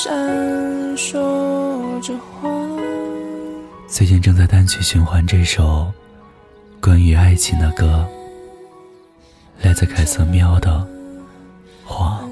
闪烁着光。 最近正在单曲循环这首关于爱情的歌，来自凯瑟喵的谎。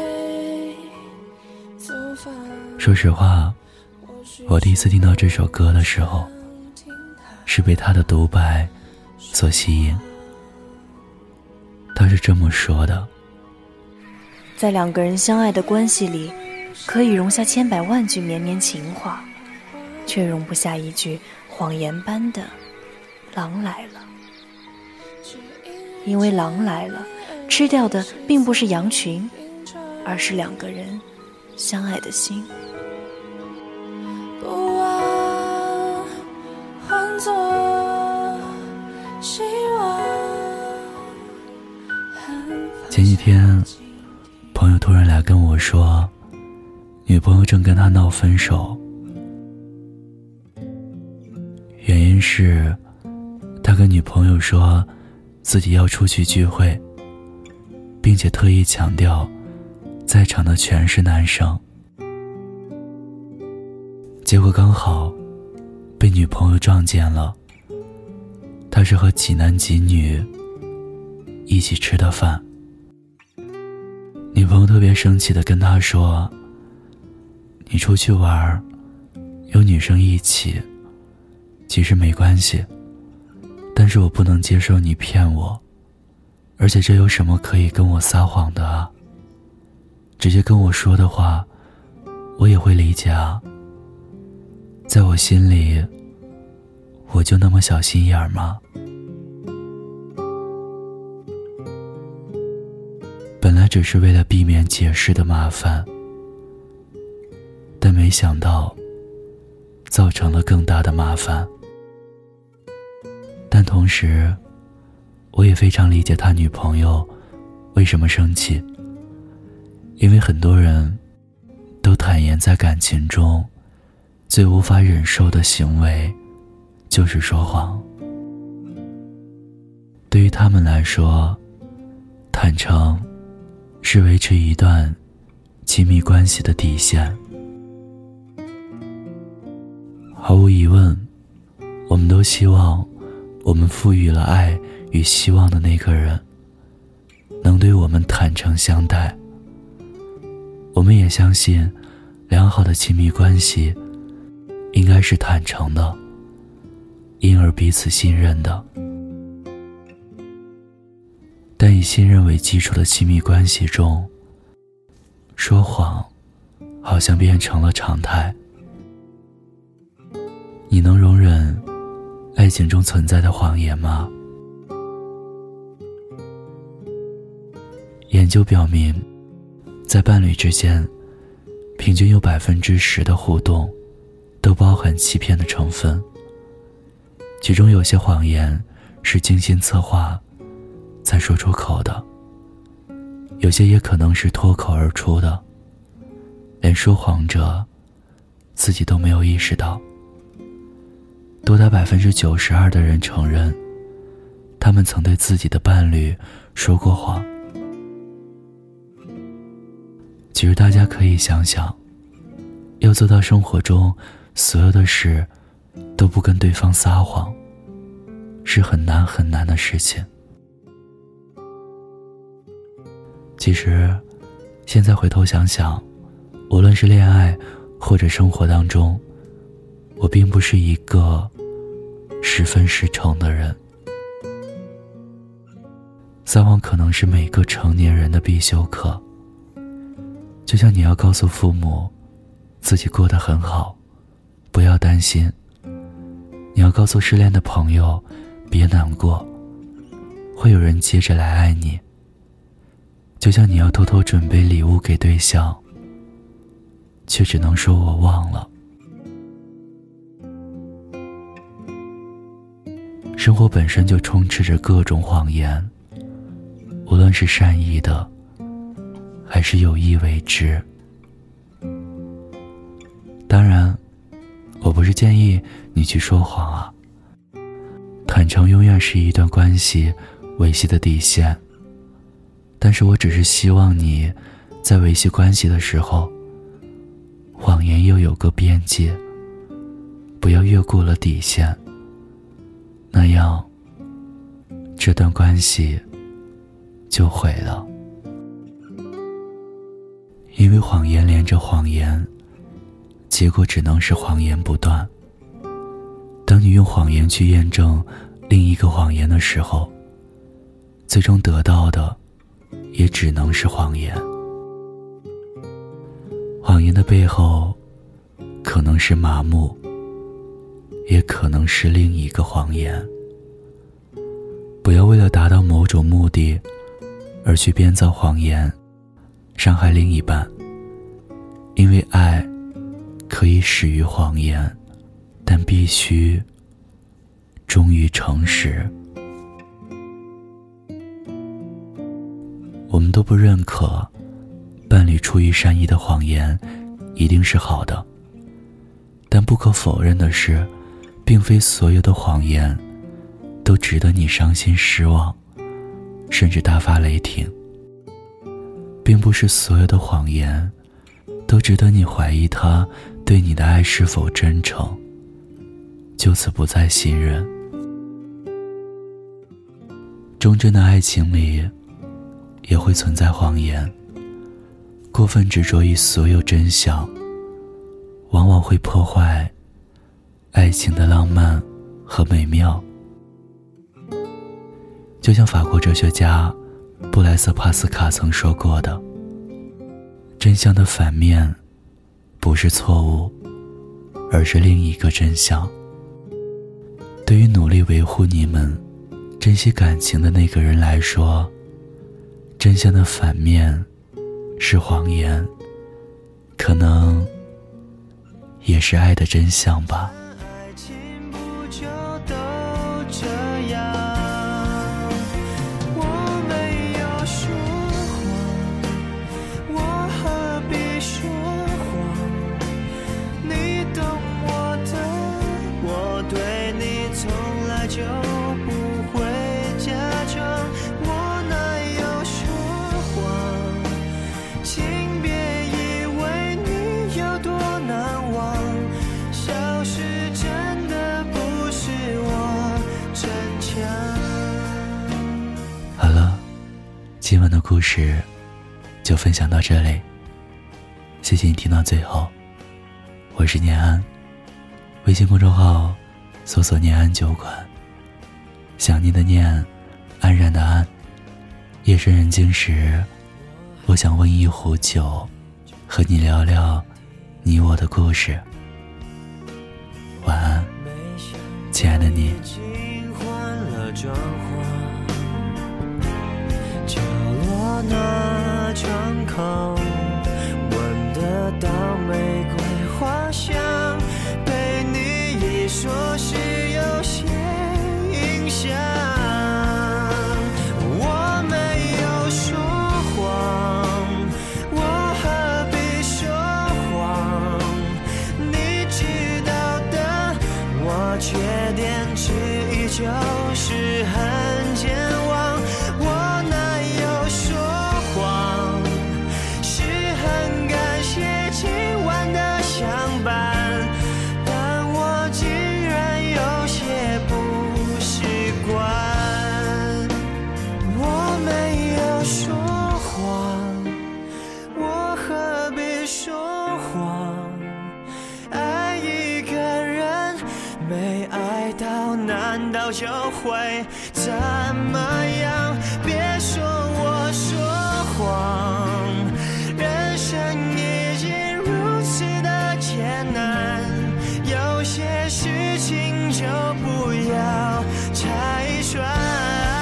说实话，我第一次听到这首歌的时候，是被他的独白所吸引。他是这么说的： 在两个人相爱的关系里，可以容下千百万句绵绵情话，却容不下一句谎言般的狼来了。因为狼来了，吃掉的并不是羊群，而是两个人相爱的心。 不忘换作希望。 前几天朋友突然来跟我说，女朋友正跟他闹分手，原因是他跟女朋友说自己要出去聚会，并且特意强调在场的全是男生。结果刚好被女朋友撞见了，他是和几男几女一起吃的饭。女朋友特别生气地跟他说，你出去玩有女生一起其实没关系，但是我不能接受你骗我，而且这有什么可以跟我撒谎的啊？直接跟我说的话我也会理解啊。在我心里我就那么小心眼吗？本来只是为了避免解释的麻烦，但没想到造成了更大的麻烦。但同时我也非常理解他女朋友为什么生气，因为很多人都坦言在感情中最无法忍受的行为就是说谎。对于他们来说，坦诚是维持一段亲密关系的底线。毫无疑问，我们都希望我们赋予了爱与希望的那个人能对我们坦诚相待。我们也相信良好的亲密关系应该是坦诚的，因而彼此信任的。但以信任为基础的亲密关系中，说谎好像变成了常态。你能容忍爱情中存在的谎言吗？研究表明，在伴侣之间，平均有10%的互动都包含欺骗的成分，其中有些谎言是精心策划才说出口的，有些也可能是脱口而出的，连说谎者自己都没有意识到。多达92%的人承认，他们曾对自己的伴侣说过谎。其实大家可以想想，要做到生活中所有的事都不跟对方撒谎，是很难很难的事情。其实现在回头想想，无论是恋爱或者生活当中，我并不是一个10分10诚的人。撒谎可能是每个成年人的必修课，就像你要告诉父母自己过得很好，不要担心；你要告诉失恋的朋友别难过，会有人接着来爱你。就像你要偷偷准备礼物给对象，却只能说我忘了。生活本身就充斥着各种谎言，无论是善意的还是有意为之。当然，我不是建议你去说谎啊，坦诚永远是一段关系维系的底线，但是我只是希望你在维系关系的时候， 谎言又有个边界，不要越过了底线，那样这段关系就毁了。因为谎言连着谎言，结果只能是谎言不断。当你用谎言去验证另一个谎言的时候，最终得到的也只能是谎言。谎言的背后可能是麻木，也可能是另一个谎言。不要为了达到某种目的而去编造谎言，伤害另一半。因为爱可以始于谎言，但必须忠于诚实。我们都不认可伴侣出于善意的谎言一定是好的，但不可否认的是，并非所有的谎言都值得你伤心失望，甚至大发雷霆。并不是所有的谎言都值得你怀疑他对你的爱是否真诚，就此不再信任。忠贞的爱情里也会存在谎言，过分执着于所有真相，往往会破坏爱情的浪漫和美妙。就像法国哲学家布莱瑟帕斯卡曾说过的，真相的反面不是错误，而是另一个真相。对于努力维护你们珍惜感情的那个人来说，真相的反面是谎言，可能也是爱的真相吧。 爱情不就都这样？我没有说谎，我何必说谎？你懂我的，我对你从来就不会假装。我哪有说谎？请别以为你有多难忘，消失真的不是我逞强。 好了，今晚的故事就分享到这里，谢谢你听到最后。我是念安，微信公众号搜索念安酒馆，想念的念，安然的安。夜深人静时，我想温一壶酒，和你聊聊你我的故事。晚安，亲爱的你。 已经换了装潢，角落那窗口闻得到玫瑰花香，被你一说是有些影响。我没有说谎，我何必说谎？你知道的，我缺点之一就是很健忘。我哪有说谎？是很感谢今晚的相伴，但我竟然有些不习惯。我没有说谎，我何必说谎？爱一个人没爱到，难道就会怎么样？别说我说谎，人生已经如此的艰难，有些事情就不要拆穿。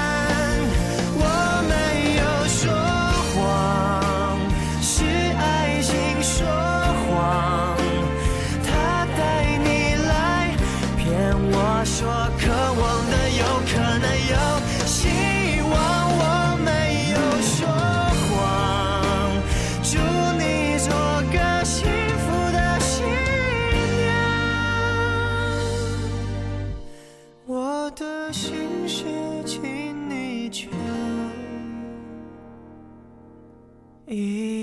我没有说谎，是爱情说谎，他带你来骗我说渴望的有可能有希望。我没有说谎，祝你做个幸福的新娘。我的心事请你就一